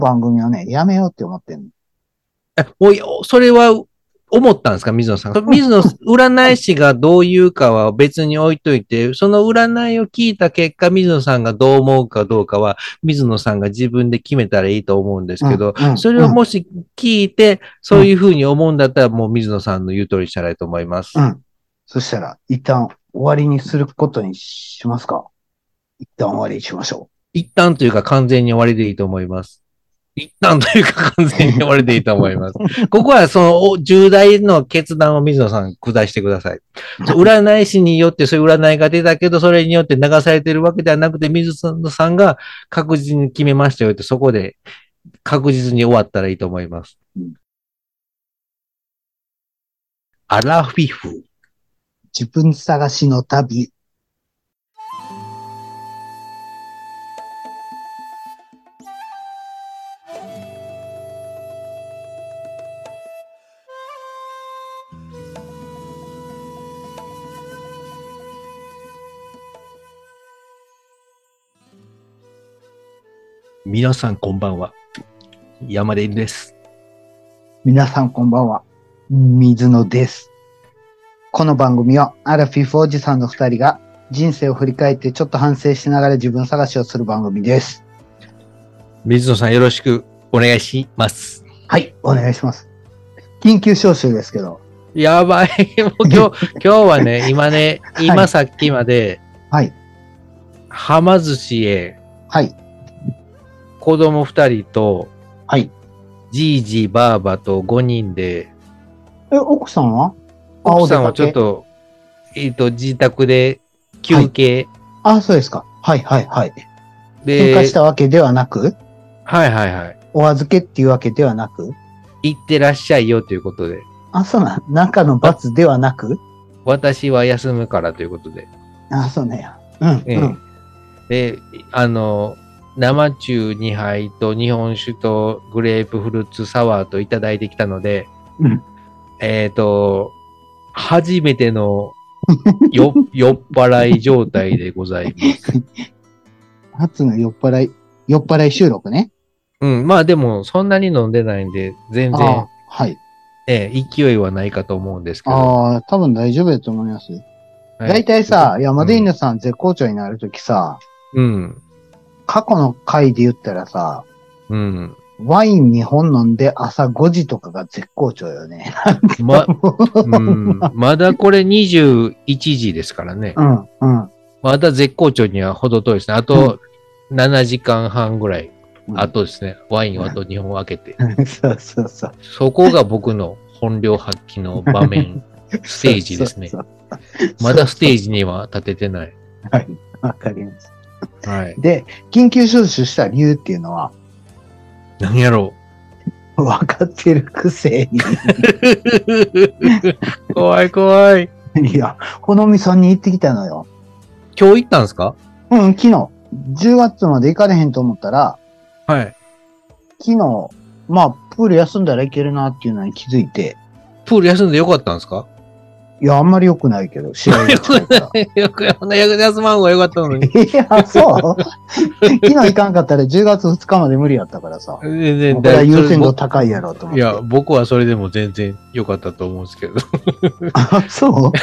番組をね、やめようって思ってんの。 おい、それは思ったんですか、水野さん。水野占い師がどう言うかは別に置いといて、その占いを聞いた結果、水野さんがどう思うかどうかは、水野さんが自分で決めたらいいと思うんですうん、 けど、 うん、 それうん、 をもし聞いて、 うん、 そういうふうに思うんだったら、もう水野さんの言う通りしたらいいと思います。 うん。そしたら、一旦終わりにすることにしますか。一旦終わりにしましょ一旦というか完全に終わりでいいと思います。一旦というか完全に終わりでいいと思います。ここはその重大の決断を水野さん下してください。そう占い師によってそういう占いが出たけど、それによって流されてるわけではなくて、水野さんが確実に決めましたよって、そこで確実に終わったらいいと思います。 う。うん、 アラフィフ。 自分探しの旅。 皆さんこんばんは。山田です。 皆さんこんばんは。水野です。この番組はアラフィフおじさんの二人が人生を振り返ってちょっと反省しながら自分探しをする番組です。 水野さんよろしくお願いします。 はい、お願いします。緊急招集ですけど。 やばい。もう今日はね、今さっきまで、 はい。 はま寿司へ、 はい。 子供2人と、 はい。 じいじばあばと5人で、 奥さんは奥さんはちょっと、自宅で休憩、 そうですか。はい、はい、はい。 で、 喧嘩したわけではなく、 はいはいはい。 お預けっていうわけではなく、 行ってらっしゃいよということで、 そうなん、中の罰ではなく、 私は休むからということで、 そうねや。うん、 ええうん。 で、生中2杯と日本酒とグレープフルーツサワーといただいてきたので、 うん。 初めての酔っ払い状態でございます。 初の酔っ払い収録ね。 うん、まあでもそんなに飲んでないんで、全然、 はい。 勢いはないかと思うんですけど。 多分大丈夫だと思います。 はい、 大体さ、山田犬さん絶好調になるときさ、 うん。 過去の回で言ったらさ、 うん。 ワイン2本飲んで朝5時とかが絶好調よね。 まだこれ21時ですからね。 うん、うん。 まだ絶好調には程遠いですね。あと7時間半ぐらい。あとですね、ワインをあと2本開けて。 そうそうそう。 そこが僕の本領発揮の場面、ステージですね。まだステージには立ててない。 はい、わかります。 はい。 で、緊急招集した理由っていうのは、 何やろう分かってるくせに。 怖い怖い。 いや、ほのみさんに行ってきたのよ。 今日行ったんですか？ うん、昨日。10月まで行かれへんと思ったら、 はい。 昨日、プール休んだらいけるなっていうのに気づいて。 プール休んでよかったんですか？ いや、あんまり良くないけど、試合が近いから。 よく休まん方がよかったのに。 いや、そう昨日行かんかったら10月2日まで無理やったからさ。 全然これは優先度高いやろと思って。 いや、僕はそれでも全然良かったと思うんですけど。 そう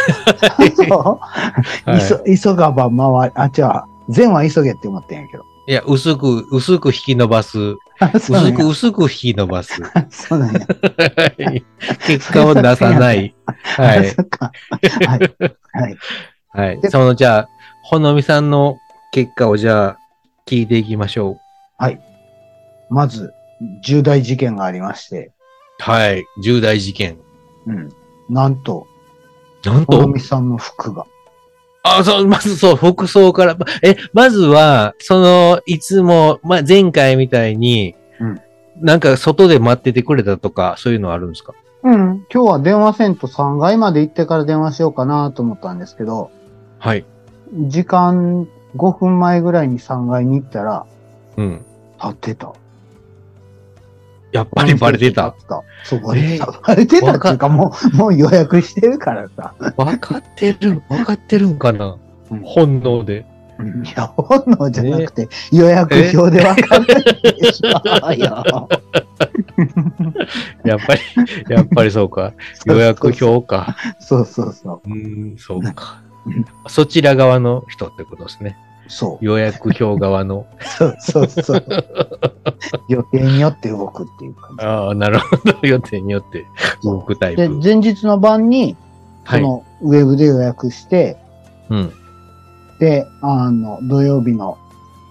急がば回り、違う。善は急げって思ってんやけど。 いや、薄く引き伸ばす。薄く引き伸ばす。 そうなんや。 結果を出さない。はい。 そっか。はい。はい。 はい。じゃあ、ほのみさんの結果をじゃあ、聞いていきましょう。 はい。まず、重大事件がありまして。 はい。重大事件。 うん。なんと、 ほのみさんの服が。 まず服装から。まずは、いつも、前回みたいに、なんか外で待っててくれたとか、そういうのあるんですか？ うん。今日は電話せんと3階まで行ってから電話しようかなと思ったんですけど、 はい。 時間5分前ぐらいに3階に行ったら、 うん。 立ってた。 やっぱりバレてた。 そう、バレてた。バレてたっていうか、もう予約してるからさ。 分かってるんかな、本能で。 いや、本能じゃなくて、予約表でわかるでしょうよ。 やっぱりそうか。予約表か。 そうそうそう。 そうか。そちら側の人ってことですね。 そう。 予約表側の。 そうそうそう。予定によって動くっていう感じ。 ああ、なるほど。予定によって動くタイで、 プ。 前日の晩に、その、ウェブで予約して、 うん。 で、土曜日の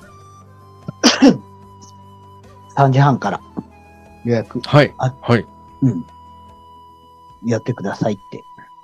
3時半から予約、 はい。はい。 やってくださいって。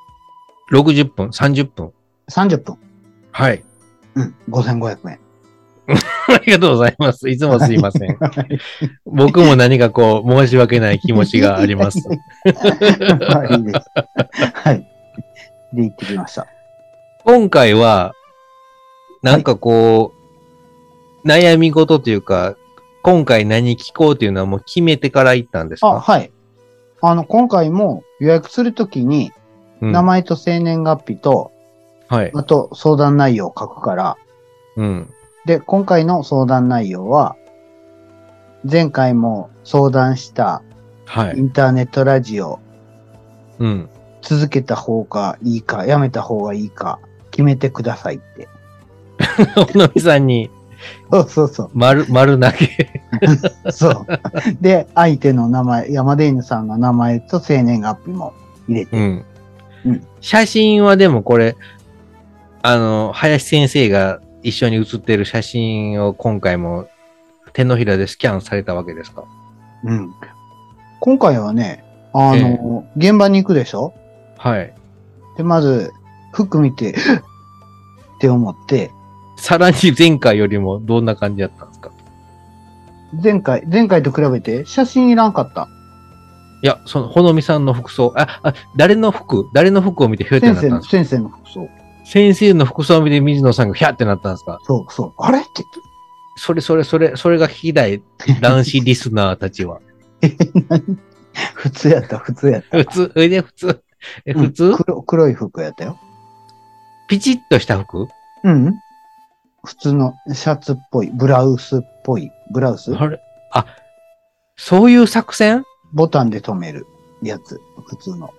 60分、30分。 30分。 はい。 5500円。 ありがとうございます。いつもすいません。僕も何かこう、申し訳ない気持ちがあります。 まあいいです。はい。で、行ってきました。 今回は、なんかこう、悩み事というか、今回何聞こうというのはもう決めてから行ったんですか？ はい。今回も予約するときに、名前と生年月日と、 はい。 あと相談内容を書くから、で、今回の相談内容は、前回も相談したインターネットラジオ、続けた方がいいか、やめた方がいいか、決めてくださいって。 おのみさんに、 そう。 丸投げ。 そう。で、相手の名前、山出犬さんの名前と生年月日も入れて。 写真はでもこれ、林先生が一緒に写ってる写真を今回も手のひらでスキャンされたわけですか？ 今回はね、現場に行くでしょ？ はい。 で、まず、服見て、って思って。 さらに前回よりもどんな感じだったんですか？ 前回と比べて写真いらんかった。 いや、ほのみさんの服装、誰の服を見てヒューってなったんですか？ 先生の服装。 先生の服装を見て水野さんがヒャーってなったんですか？ そう。あれって。 それが聞きたい男子リスナーたちは。 普通やった。 普通黒い服やったよ。 ピチッとした服？ 普通のシャツっぽい、ブラウスっぽい、ブラウス？ そういう作戦？ ボタンで留めるやつ、普通の。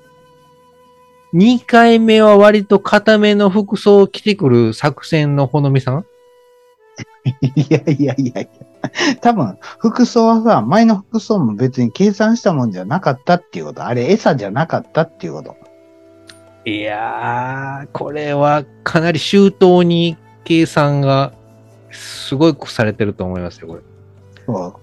2回目は割と固めの服装を着てくる作戦のほのみさん？ いや。多分、服装はさ、前の服装も別に計算したもんじゃなかったっていうこと。あれ、餌じゃなかったっていうこと。 いやー、これはかなり周到に計算がすごくされてると思いますよ、これ。 そう。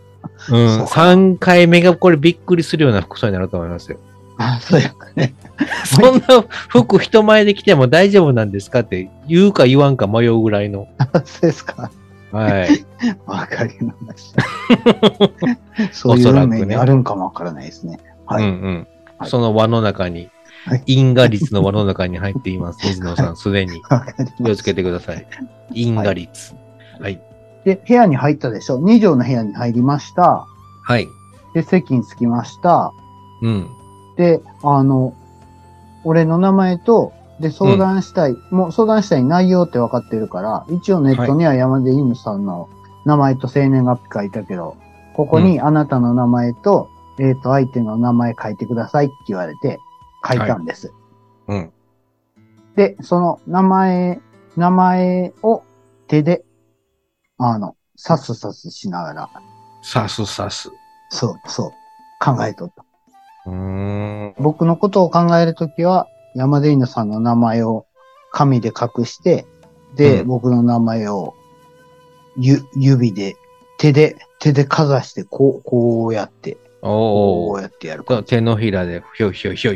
3回目がこれびっくりするような服装になると思いますよ。 そうやね。 そんな服人前で着ても大丈夫なんですかって言うか言わんか迷うぐらいの。 そうですか。 はい。 わかりました。そういう運命にあるんかもわからないですね。はい。 その輪の中に、因果率の輪の中に入っています。水野さん、すでに。気をつけてください。因果率。はい。 で、部屋に入ったでしょ。2畳の部屋に入りました。 はい。 で、席に着きました。で、俺の名前と、で、相談したい内容って分かってるから、一応ネットには山出犬さんの名前と生年月日書いたけど、ここにあなたの名前と、相手の名前書いてくださいって言われて、書いたんです。で、その名前を手で、さすしながら。 さす。 そう、考えとった。僕のことを考えるときは、山出犬さんの名前を紙で隠して、で、僕の名前を指で、手でかざして、こうやって、こうやってやるから。 手のひらで、ひょい。ひょい。 そう。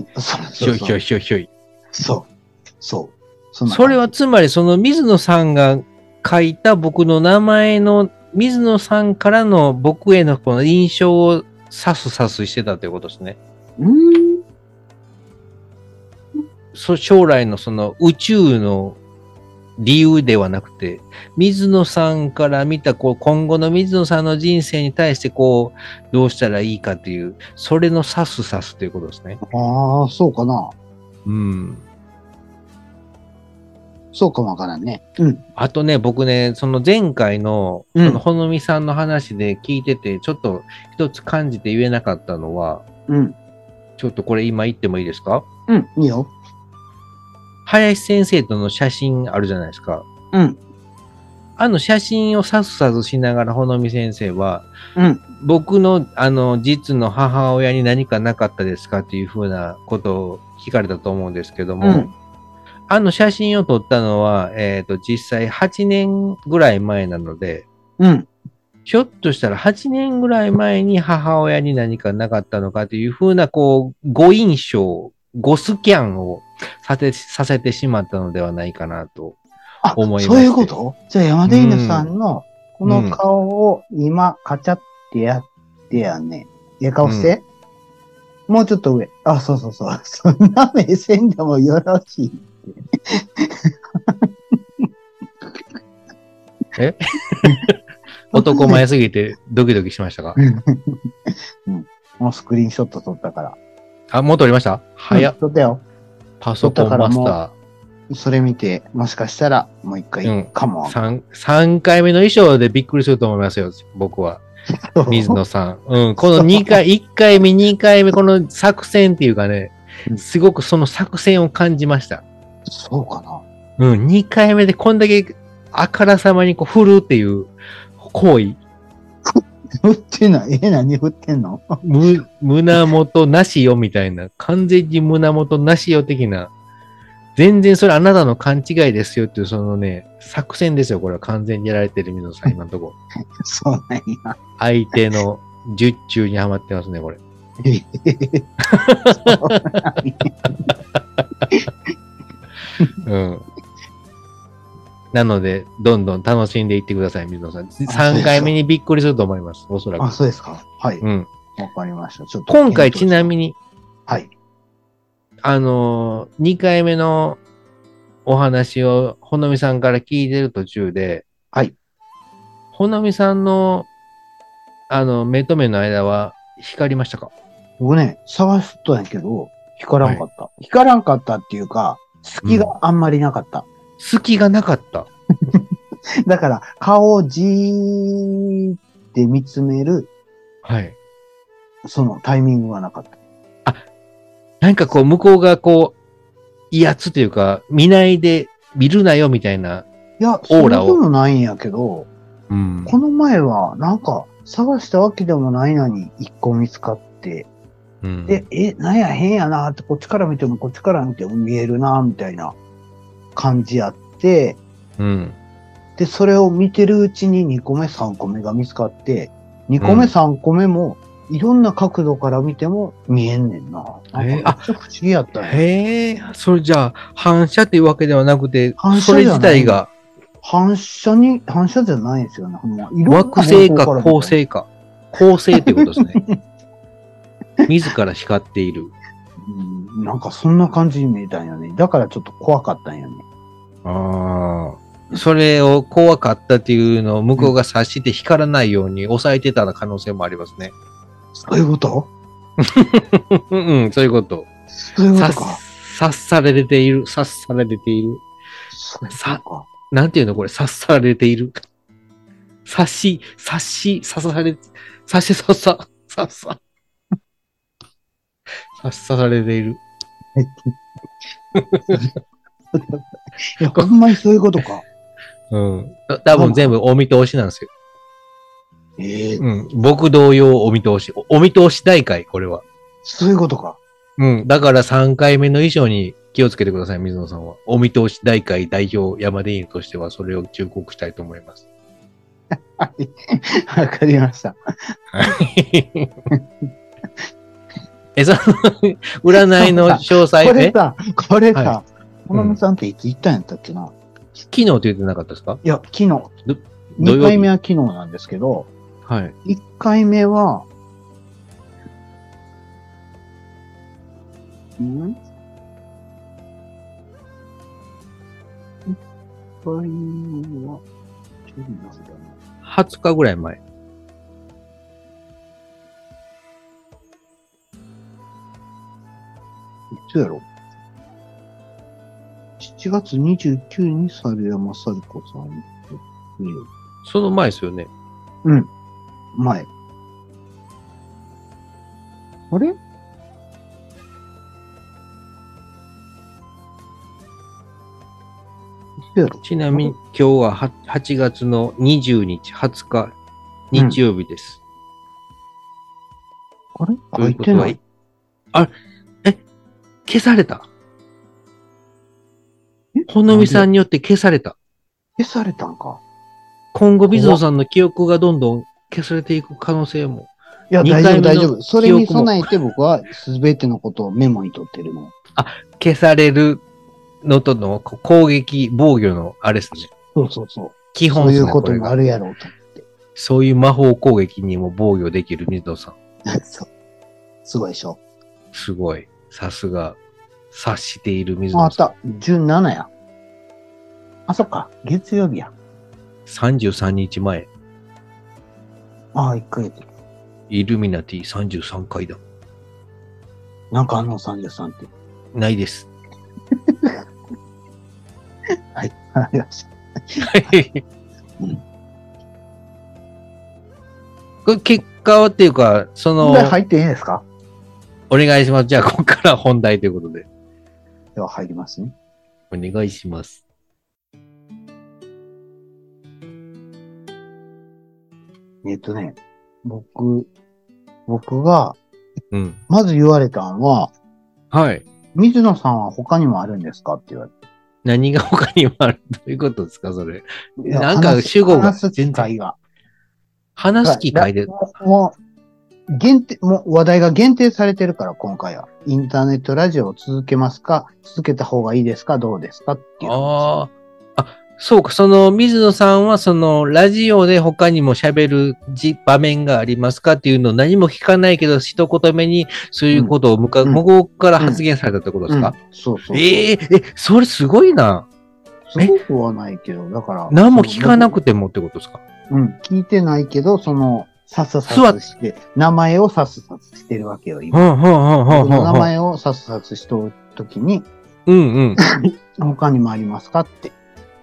それはつまり、その水野さんが書いた僕の名前の、水野さんからの僕へのこの印象をさすしてたということですね。将来のその宇宙の理由ではなくて、水野さんから見た今後の水野さんの人生に対してどうしたらいいかという、それのさすということですね。 ああ、そうかな。 そうかもわからんね。うん。 あとね、僕ね、その前回の、 うんそのほのみさんの話で聞いてて、ちょっと一つ感じて言えなかったのは、 うん。 ちょっとこれ今言ってもいいですか？ うん。いいよ。 林先生との写真あるじゃないですか。 うん。 あの写真をさすさすしながら、ほのみ先生は、 うん。 僕の、実の母親に何かなかったですかっていうふうなことを聞かれたと思うんですけども、 うん。 あの写真を撮ったのは、実際8年ぐらい前なので、 うん。 ひょっとしたら8年ぐらい前に母親に何かなかったのかというふうな、こう、誤印象、誤スキャンをさせてしまったのではないかなとあ、 思いそういうこまして。 とじゃあ山う田犬さんん、 のこのうん、 顔を今カチャってやってやね。顔うん。 して。もうちょっと上。あ、そうそうそう。そんな目線でもよろしい。 え男前すぎてドキドキしましたか？ うん。もうスクリーンショット撮ったから。 あ、もう撮りました？ うん、 早っ。 撮ったよ。撮ったパソコンからもマスタう、それ見て、もしかしたらもう一回ー。う行くん。 かもわからん。 3回目の衣装でびっくりすると思いますよ、僕は。水野そさん。うん。このう。 2回、1回目、2回目、この作戦っていうかね、 うん、 すごくその作戦を感じました。 そうかな。 うん。2回目でこんだけあからさまにこう振るっていう行為。 振ってない。何振ってんの？ 胸元なしよみたいな。完全に胸元なしよ的な。全然それあなたの勘違いですよっていう、そのね、作戦ですよ。これは完全にやられてる水野さん、今のところ。 そうなんや。 相手の術中にはまってますね、これ。 そうなんや。 うん。なので、どんどん楽しんでいってください、水野さん。 あ、そう 3回目ですか。 にびっくりすると思います、おそらあ、 く。 そうですか。はい。 うん。 わかりました。ちょっと今回ち検討します。 なみに、 はい。 2回目のお話を、ほのみさんから聞いてる途中で、 はい。 ほのみさんの、目と目の間は光りましたか？ 僕ね、探しとったんやけど、光らはい。 んかった。光らんかったっていうか、隙うん。 があんまりなかった。 隙がなかった。 だから、顔をじーって見つめる、 はい。 そのタイミングがなかった。 あ、なんかこう、向こうがこう、威圧というか、見ないで見るなよみたいないや、そうでオーラを。 もないんやけど、 うん。 この前は、なんか、探したわけでもないのに、一個見つかって、 うん。 で、なんや、変やなって、こっちから見ても、こっちから見ても見えるな、みたいな感じあって、 うん。 で、それを見てるうちに2個目、3個目が見つかって、2個目、 うん。 3個目も、いろんな角度から見ても見えんねんな。なんかめっあ、 ちゃ不思議やったんや。 へえ、それじゃあ、反射っていうわけではなくて、 反射それ自じゃないね。 体が反射じゃないんですよね。ほんま。いろん惑な方向星かから見たんや。 恒星か。恒星っていうことですね。自ら光っている。 うん、なんかそんな感じに見えたんよね。だからちょっと怖かったんよね。 ああ。それを怖かったっていうのを向こうが察して光らないように抑えてた可能性もありますね。 そういうこと？ うん、そういうこと。 そういうことか。 察されている。察されている。 そういうことさ、 か。 なんていうのこれ、察されている。察され、察し、察さ、察さ、察されている。 いや、ほんまにそういうことか。 うん。多分全部お見通しなんですよ。 ええ、 うん。僕同様お見通し。お見通し大会、これは。 そういうことか。 うん。だから3回目の衣装に気をつけてください、水野さんは。お見通し大会代表山田犬としてはそれを忠告したいと思います。 はい。わかりました。 その、占いの詳細これさ、 はほのみさんっていつ行ったんやったっけな。 昨日って言ってなかったですか？ いや、昨日。 土 2 曜日。 回目は昨日なんですけど、 はい。 1回目は、1回目は、ちょっとなんだな。 20日ぐらい前。 いつやろ？ 7 1月29日に猿山サリコさん。 その前ですよね。 前。あれちなみに今日は8月の20日、20日、日曜日です。 あれということは、消された。ほのみさんによって消された。 消されたんか。 今後、水野さんの記憶がどんどん消されていく可能性も。 いや、大丈夫、大丈夫。それに備えて僕は全てのことをメモに取ってるの。 消されるのとの攻撃、防御のあれですね。 そう。 基本そういうこともあるやろうと思って。 そういう魔法攻撃にも防御できる水野さん。 そう。すごいでしょ。 すごい。さすが。察している水野さん。 あった。17や。あ、そっか。月曜日や。 33日前。 1ヶ月。 イルミナティ33回だ。 なんか33って。 ないです。 はい。ありました。 これ結果っていうか、 これ入っていいですか？ お願いします。じゃあ、ここから本題ということで。 では入りますね。 お願いします。 僕が、 うん。 まず言われたのは、 はい。 水野さんは他にもあるんですかって言われて。 何が他にもある？どういうことですか、それ。 いやなんか主語が話す機会が。 話す機会で。 もう話題が限定されてるから、今回は。インターネットラジオを続けますか？続けた方がいいですか？どうですかっていう話。 そうか、水野さんは、ラジオで他にも喋る場面がありますかっていうのを何も聞かないけど、一言目にそういうことを向こうから発言されたってことですか？ そう。 それすごいな。 すごくはないけど、だから。 何も聞かなくてもってことですか？ 聞いてないけど、さすして、名前をさすしてるわけよ、今。名前をさすしとるときに、他にもありますかって。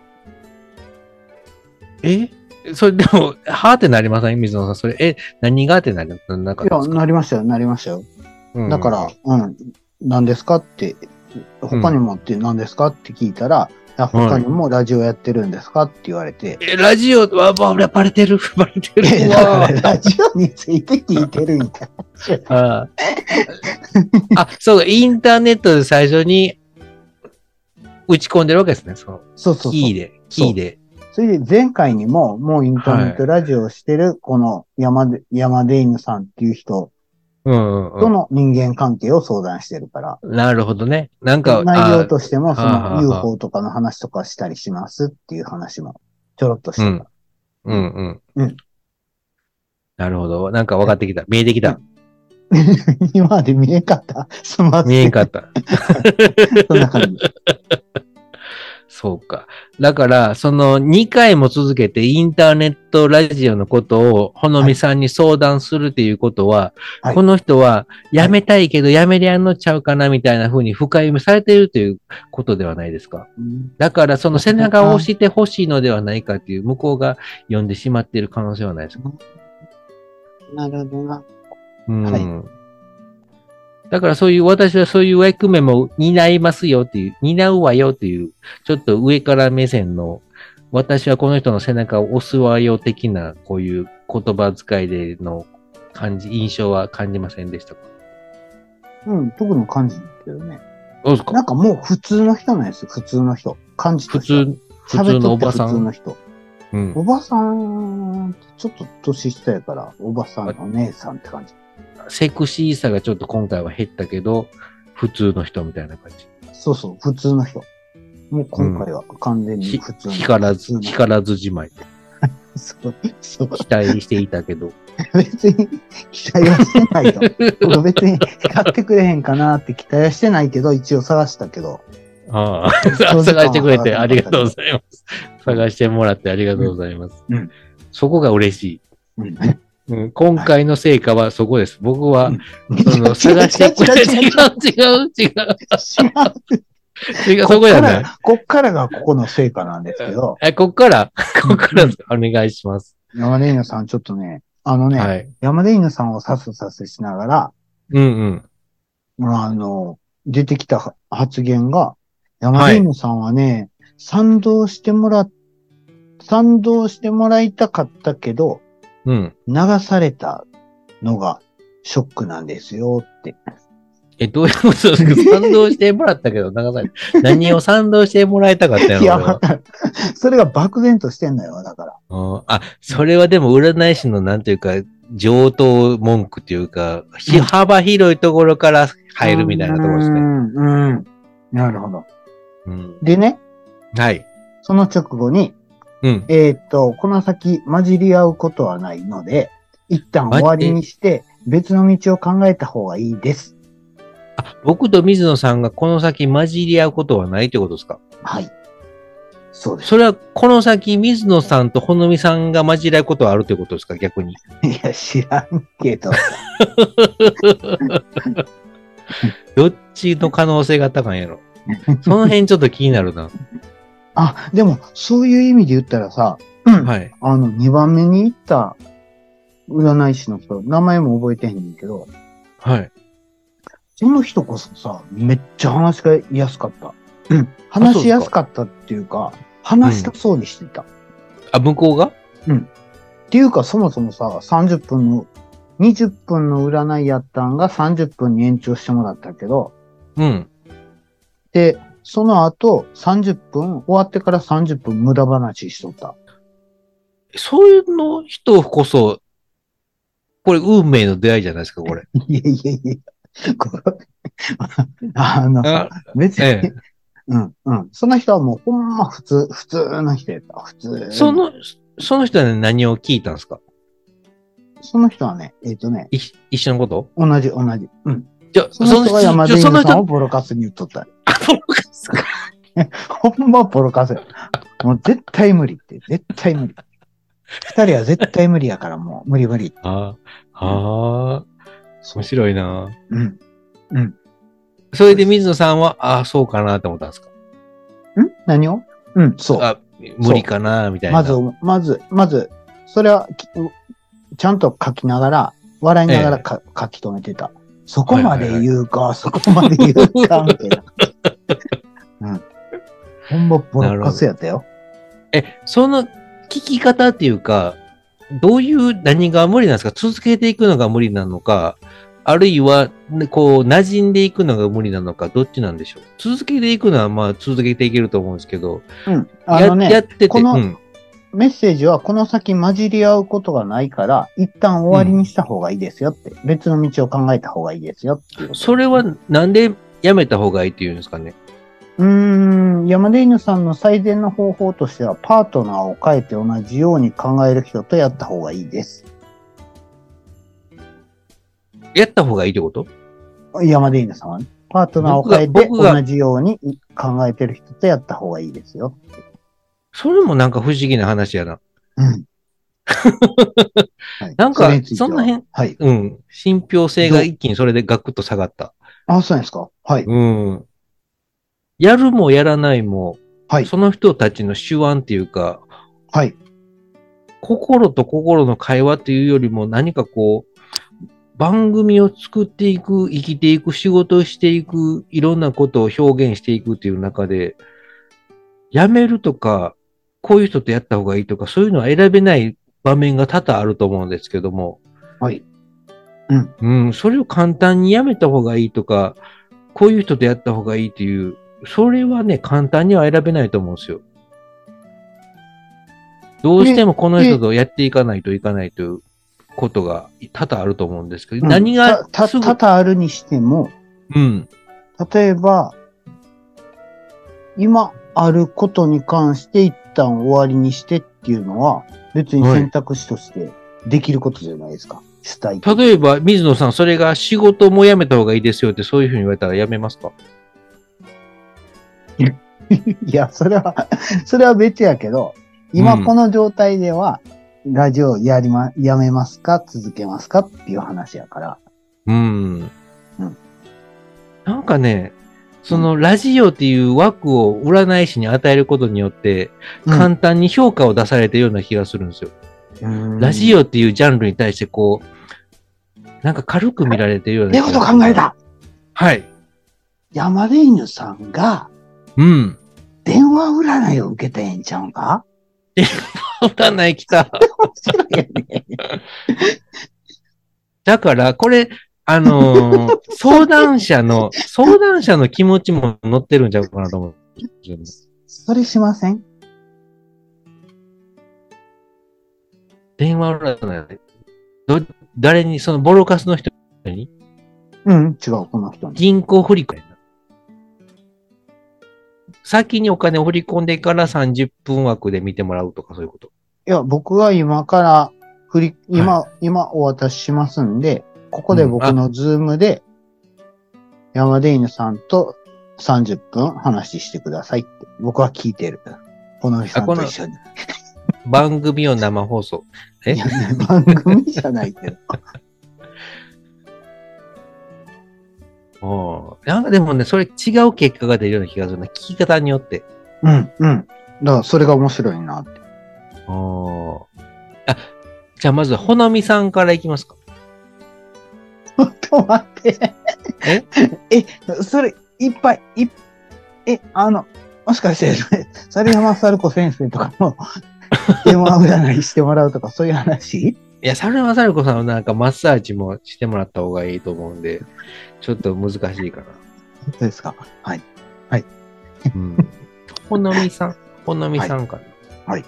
それでも、はーってなりません？水野さん。それ、何がってなりますか？いや、なりましたよ。だから、何ですかって、他にもって何ですかって聞いたら、他にもラジオやってるんですかって言われて。 ラジオは、バレてる。 ラジオについて聞いてるみたいな。 そう、インターネットで最初に打ち込んでるわけですね。 そう。 キーで。 それで前回にもうインターネットラジオをしてる、この山出犬さんっていう人との人間関係を相談してるから。 なるほどね。なんか。 内容としても、UFO とかの話とかしたりしますっていう話もちょろっとしてた。 なるほど。なんか分かってきた。見えてきた。 今まで見えんかった。 見えんかった。 そんな感じ。 そうか。だから、2回も続けてインターネットラジオのことをほのみさんに相談するっていうことは、この人は辞めたいけど辞めりゃんのちゃうかなみたいな風に深読みされているということではないですか。だから、背中を押してほしいのではないかっていう向こうが読んでしまっている可能性はないですか。 なるほどな。 だから私はそういう役目も担いますよっていう、担うわよっていう、ちょっと上から目線の、私はこの人の背中を押すわよ的な、こういう言葉遣いでの印象は感じませんでしたか？ 特に感じるけどね。 どうですか？ なんかもう普通の人なんですよ、普通の人。感じとしては。 普通のおばさん。 普通の人。おばさん、ちょっと年下やから、おばさん、お姉さんって感じ。 セクシーさがちょっと今回は減ったけど、普通の人みたいな感じ。 そう、普通の人。もう今回は完全に普通の人。 光らずじまい。 そう。 期待していたけど。 別に期待はしてないと。僕別に買ってくれへんかなって期待はしてないけど、一応探したけど。 探してくれてありがとうございます。探してもらってありがとうございます。そこが嬉しい。今回の成果はそこです。僕は、探してくれて違う。 それがそこやね。 こっからがここの成果なんですけど、 こっからお願いします。 山田犬さんちょっとね、 はい。 山田犬さんをさすさすしながら、 うんうん。 あの、出てきた発言が、山田はい。 犬さんはね、賛同してもらいたかったけど、 うん。 流されたのがショックなんですよって。 どういうことですか？賛同してもらったけど、流され何を賛同してもらいたかったんやろ、 いや、 俺は。 それが漠然としてんのよ、だから。 それはでも占い師のなんていうか、上等文句っていうか、 うん。 幅広いところからうー入るみたいなところですね。 ん、うん。なるほど。 うん。 でね、 はい。 その直後に、 うん。 この先混じり合うことはないので、一旦終わりえ、 にして別の道を考えた方がいいです。 僕と水野さんがこの先混じり合うことはないってことですか？ はい。そうです。 それはこの先水野さんとほのみさんが混じり合うことはあるってことですか？逆に。 いや、知らんけどさ。 どっちの可能性が高いんやろ。その辺ちょっと気になるな。 あ、でも、そういう意味で言ったらさ、うん。 はい。 2番目に行った占い師の人、名前も覚えてへんねんけど、 はい。 その人こそさ、めっちゃ話しやすかった。うん。 あ、そ話しうですか。 やすかったっていうか、 うん。 話したそうにしてた。 あ、向こうが？ うん。っていうか、そもそもさ、20分の占いやったんが30分に延長してもらったけど、 うん。 で、その後30分、終わってから30分無駄話しとった。 そういうの人こそ、これ運命の出会いじゃないですか、これ。 いやいやいや、これあのさ、 あ、 別に、 ええ。 その人はもうほんま普通の人やった。普通に。 その、その人は何を聞いたんですか？ その人はね、 一緒のこと？ 同じ。うん。 じゃ、 その人が山田その人、 犬さんをボロカスに言っとった。 あ、そうですか。 ほんまボロカスや。もう絶対無理って、絶対無理。二人は絶対無理やからもう無理無理。 ああ、 うん。 ああ、面そ白いな。 う。うん。うん。 それでそうです。 水野さんは、ああ、そうかなって思ったんですか？ 何をうん、そう。 あ、無理そう。 かな、みたいな。 まず、それはちゃんと書きながら、笑いながらええ。 書き留めてた。そこはいまではいはい。 言うか、そこまで言うか、みたいな。うん。ほんまボロカなるほど。 スやったよ。 その聞き方っていうか、どういう何が無理なんですか？続けていくのが無理なのか、あるいは、ねこう、馴染んでいくのが無理なのか、どっちなんでしょう？続けていくのは、まあ、続けていけると思うんですけど、 うん。 やってて、うこのん。 メッセージはこの先混じり合うことがないから、一旦終うん。 わりにした方がいいですよって。別の道を考えた方がいいですよっていうことそれはですね。 なんでやめた方がいいっていうんですかね。 山田犬さんの最善の方法としては、パートナーを変えて同じように考える人とやった方がいいです。 やった方がいいってこと？ 山田犬さんはね。パートナーを変えて僕が、 同じように考えてる人とやった方がいいですよ。 それもなんか不思議な話やな。 うん。はい。それなんか、 については。 そんな辺、 はい。 うん、信憑性がどう一気にそれでガクッと下がった。 そうなんですか？はい。 うん。やるもやらないも、 はい。 その人たちの手腕っていうか、 はい。 心と心の会話っていうよりも何かこう、番組を作っていく、生きていく、仕事をしていく、いろんなことを表現していくっていう中で、やめるとか、こういう人とやった方がいいとか、そういうのは選べない場面が多々あると思うんですけども、 はい。うん。 うん、それを簡単にやめた方がいいとか、こういう人とやった方がいいっていう、それはね、簡単には選べないと思うんですよ。どうしてもこの人で、 とやっていかないといかないということが多々あると思うんですけど、 うん。 何が多々あるにしても、 うん、 例えば、今あることに関して一旦終わりにしてっていうのは、別にはい。 選択肢としてできることじゃないですか。主体的に。 例えば、水野さん、それが仕事も辞めた方がいいですよってそういうふうに言われたら辞めますか？ いや、それは別やけど、今こうん。 の状態では、ラジオやめますか続けますかっていう話やから。 うん。 うん。 なんかね、 そのラジオっていう枠を占い師に与えることによって、簡単に評価を出されてるような気がするんですよ。ラジオっていうジャンルに対してこう、なんか軽く見られてるような気がする。 ってこと考えた。 はい。 山田犬さんが、 うん。 電話占いを受けてんちゃうんか？ 占い来た。 面白いよね。 だから、これ、相談者の気持ちも乗ってるんちゃうかなと思う。 それしません？ 電話占い。誰に、そのボロカスの人にうん、違う、この人に。 銀行振り込み。先にお金を振り込んでから30分枠で見てもらうとかそういうこと。 いや、僕は今から今お渡ししますんで、ここで僕のズームで、山田犬さんと30分話してくださいって、僕は聞いてる。この人さんと一緒に。 番組を生放送。 いや、番組じゃないけど。 なんかでもね、それ違う結果が出るような気がするな。聞き方によって。 うん、うん。だからそれが面白いなって。 じゃあまず、ほのみさんからいきますか。 ちょっと待って。それ、いっぱい、もしかして、猿山猿子先生とかも、電話占いしてもらうとか、そういう話？ いや、猿山猿子さんはなんかマッサージもしてもらった方がいいと思うんで、ちょっと難しいかな。 そうですか。はい。はい。 うん。ほのみさんかな。 はい。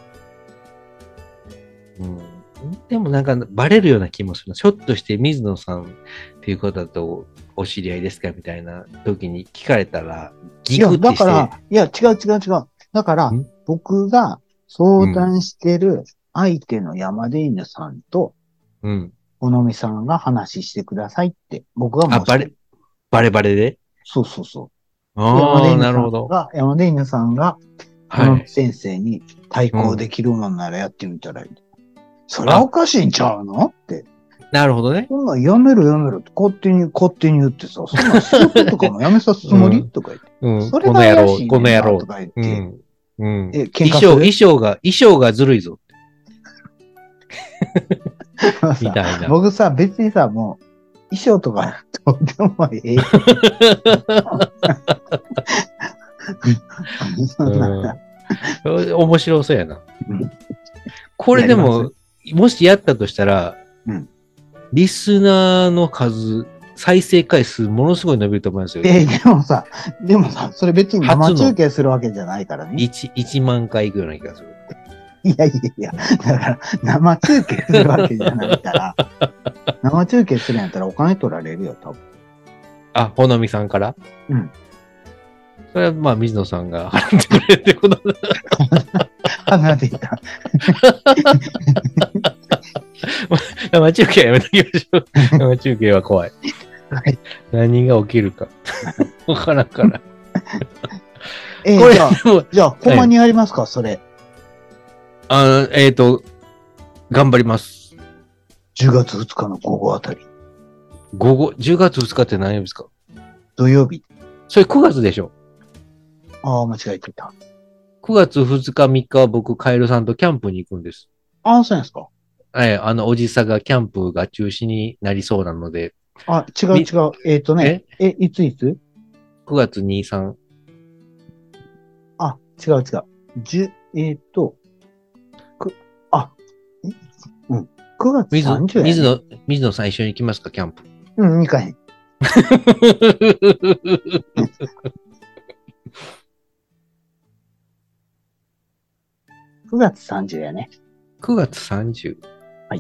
うん。でもなんかバレるような気もするな。ひょっとして水野さんっていう方とお知り合いですかみたいな時に聞かれたら、ギクってして。 だから、違う。だから、僕が相談してる相手の山田犬さんと、ほのみさんが話してくださいって、僕が申し上げる。 バレバレで？ そう。 なるほど。 山田犬さんが、ほのみ先生に対抗できるもんならやってみたらいい。それはおかしいんちゃうのって。 なるほどね。 そんなんやめろって勝手に言ってさ、そんなん仕事とかもやめさすつもりとか言って。それが怪しいねんなとか言って。 衣装がずるいぞ。みたいな。 僕さ、別にさ、もう、衣装とかどうでもええ。面白そうやな。これでも、もしやったとしたら、リスナーの数、再生回数ものすごい伸びると思いますよ。 でもさ、それ別に生中継するわけじゃないからね。 1万回いくような気がする。 いや、だから生中継するわけじゃないから、生中継するんやったらお金取られるよ、多分。 あ、ほのみさんから？ うん。 それはまあ、水野さんが払ってくれるってことだ。 鼻でいた。 生中継はやめときましょう。生中継は怖い。 はい。 何が起きるか。わからんから。 じゃあ、ほんまにやりますか、それ。 頑張ります。 10月2日の午後あたり。 10月2日って何曜日ですか？ 土曜日。 それ9月でしょ？ ああ、間違えてた。 9月2日3日は僕、カエルさんとキャンプに行くんです。 ああ、そうなんですか。 おじさがキャンプが中止になりそうなので。 あ、違う。いつ ?9 月2、3。 あ、違う。9月30や、ね。 水野さん一緒に行きますか、キャンプ。 行かへん。9月30やね。 9月 30？ はい。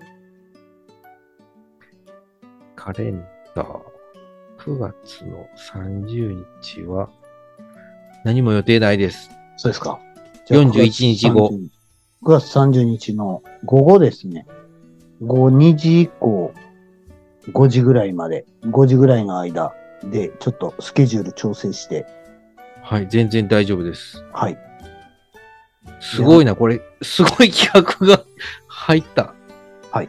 カレンダー。9月の30日は、何も予定ないです。 そうですか。 41日後。 9月30日の午後ですね。午後2時以降、5時ぐらいまで、5時ぐらいの間で、ちょっとスケジュール調整して。 はい、全然大丈夫です。 はい。 すごいな、これ、すごい企画が入った。 はい。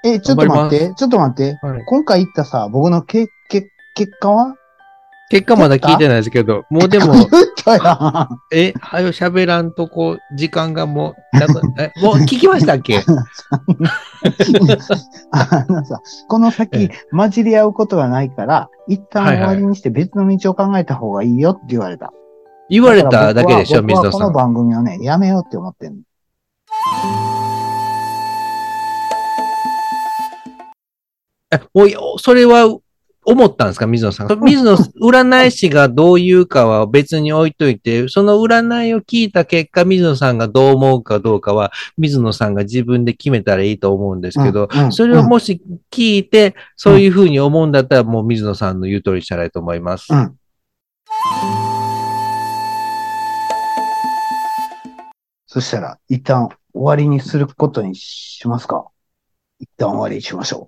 ちょっと待って、ちょっと待って。 はい、 今回言ったさ、僕の結果は結果まだ聞いてないですけど、もうでも、 言ったやはよ喋らんとこ、時間がもう、もう聞きましたっけ？ さ、この先、混じり合うことがないから、一旦はいはい。 終わりにして別の道を考えた方がいいよって言われた。 言われただけでしょ、 僕はこの水野さん。 番組をね、やめようって思ってんの。 もう、それは思ったんですか、水野さん。水野、占い師がどう言うかは別に置いといて、その占いを聞いた結果、水野さんがどう思うかどうかは、水野さんが自分で決めたらいいと思うんですうん、 けど、 うん、 それうん、 をもし聞いて、 うん、 そういうふうに思うんだったら、もう水野さんの言う通りしたらいいと思います。 うん。そしたら、一旦終わりにすることにしますか。一旦終わりにしましょ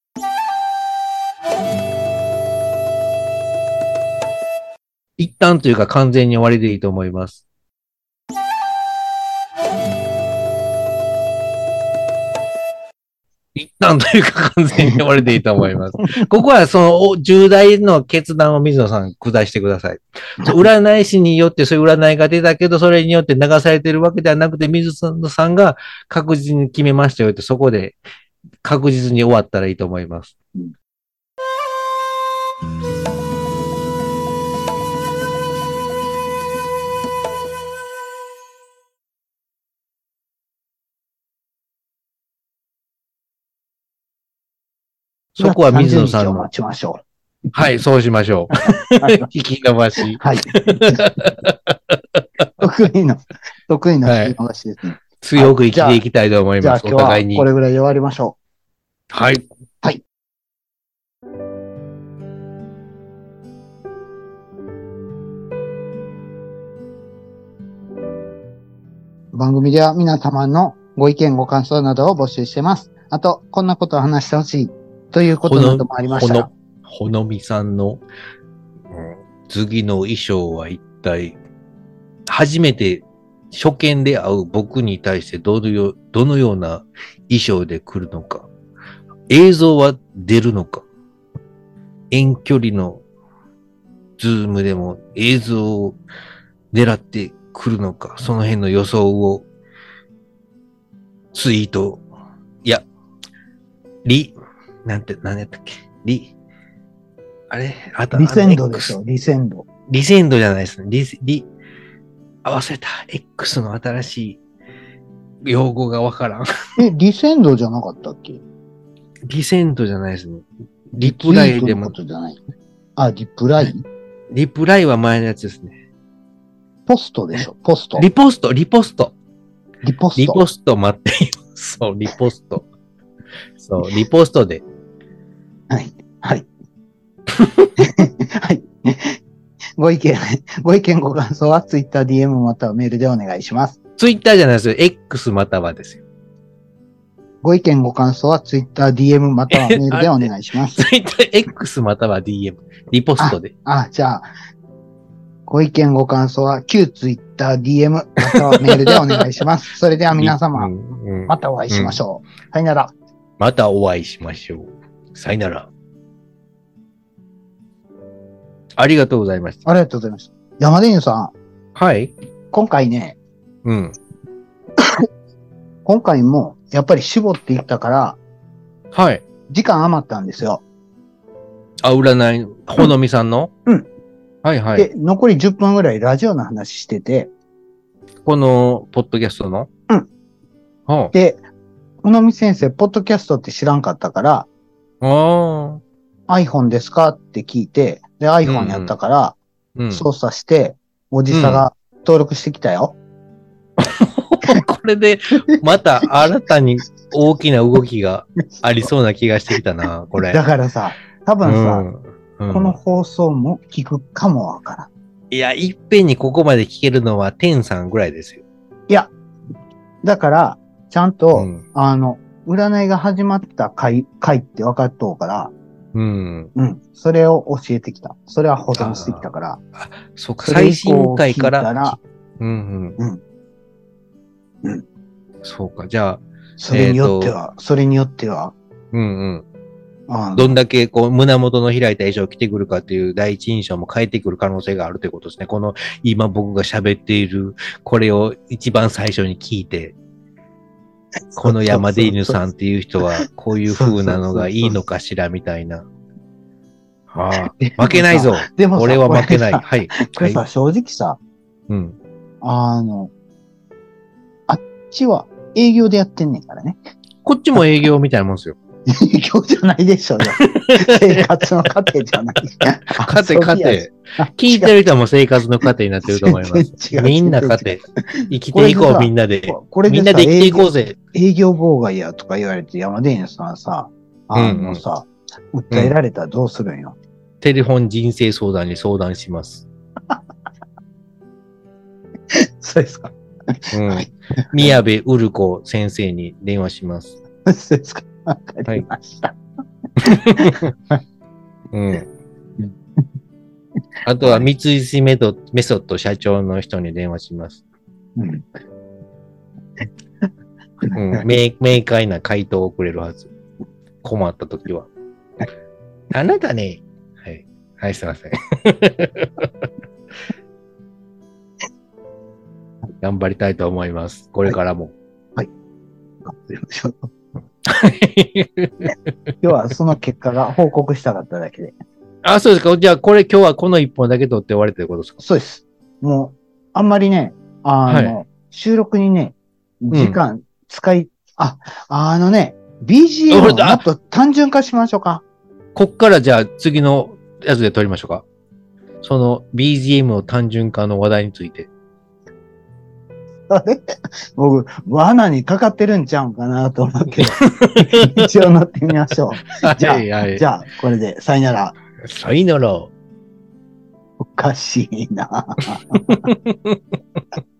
一旦というか完全に終わりでいいと思います。一旦というか完全に終わりでいいと思います。ここはその重大の決断を水野さん下してください。占い師によってそういう占いが出たけど、それによって流されてるわけではなくて、水野さんが確実に決めましたよって、そこで確実に終わったらいいと思います。 う。うん。 そこは水 30 野さんの。 日を待ちましょはい、そうしましょう。引き伸ばし。 はい。得意の引き伸ばしですね。 強く生きていきたいと思います。 じゃあ今日はお互いに。 これぐらいで終わりましょはい。 う。はい。番組では皆様のご意見ご感想などを募集してます。あと、こんなことを話してほしいということなどもありましたら。 ほのみさんの、次の衣装は一体、初めて初見で会う僕に対してどのような衣装で来るのか、映像は出るのか、遠距離のズームでも映像を狙ってくるのか、その辺の予想をツイート、いや、なんやったっけ、あれリセンドでしょ、リセンド。 リセンドじゃないですね。忘れた。X の新しい用語がわからん。 リセンドじゃなかったっけ？ リセンドじゃないですね。リプライでも。 ことじゃない。あ、リプライ？ リプライは前のやつですね。 ポストでしょ、ポスト。 リポスト。 リポスト待っています。そう、リポスト。そう、リポストで。 はい。はい。はい。ご意見ご感想は Twitter、DM またはメールでお願いします。 Twitter じゃないですよ。X またはですよ。 ご意見ご感想は Twitter、DM またはメールでお願いします。 Twitter、X または DM。リポストで。 じゃあ、ご意見ご感想は旧 Twitter、DM またはメールでお願いします。それでは皆様、またお会いしましょう。さよなら。 またお会いしましょう。さよなら。ありがとうございました。 ありがとうございました。山田犬さん。 はい。 今回ね。 うん。 今回も、やっぱり絞っていったから。 はい。 時間余ったんですよ。 占い、ほのみさんの？ うん。 はいはい。 で、残り10分ぐらいラジオの話してて。 この、ポッドキャストの？ うん。 はあ、 で、ほのみ先生、ポッドキャストって知らんかったから。iPhone ですかって聞いて、で、iPhone やったから、操作して、おじさが登録してきたよ。 これで、また新たに大きな動きがありそうな気がしてきたな、これ。 だからさ、多分さ、この放送も聞くかもわからん。 いや、いっぺんにここまで聞けるのは天さんぐらいですよ。 いや、だから、ちゃんと、占いが始まった回って分かっとうから、それを教えてきた。それは保存してきたから。 そうか、最新回から。そうか、じゃあ。 それによっては、 うんあどんだけこう胸元の開いた衣装を着てくるかっていう第一印象も変えてくる可能性があるということですね。この今僕が喋っているこれを一番最初に聞いて、この山出犬さんっていう人はこういう風なのがいいのかしらみたいな。ああ、負けないぞ。 でもさ俺は負けない。 これさはい。 これさ、正直さ、 うん。 あっちは営業でやってんねんからね。 こっちも営業みたいなもんですよ。 営業じゃないでしょうよ。生活の糧じゃない。 糧。聞いてる人も生活の糧になってると思います。みんな糧。生きていこう、みんなで。みんなで生きていこうぜ。 営業妨害やとか言われて山田犬さんさ、訴えられたらどうするんよ。 テレフォン人生相談に相談します。 そうですか。 うん。宮部うる子先生に電話します。 そうですか。わかりました。 うん。あとは三石メソッド社長の人に電話します。 うん明快な回答をくれるはず。困ったときは。あなたね。はい。はい、すいません。頑張りたいと思います。これからも。 はい。頑張りましょう。今日はその結果が報告したかっただけで。 あ、そうですか。じゃあ、今日はこの一本だけ撮って終わりということですか？ そうです。もう、あんまりね、収録にね、時間使い、BGM をもっと単純化しましょうか。 こっからじゃあ次のやつで撮りましょうか。その BGM の単純化の話題について。 あれ僕、罠にかかってるんちゃうんかなと思うけど、一応乗ってみましょう。じゃあ、これで、さよなら。 さよなら。 おかしいな。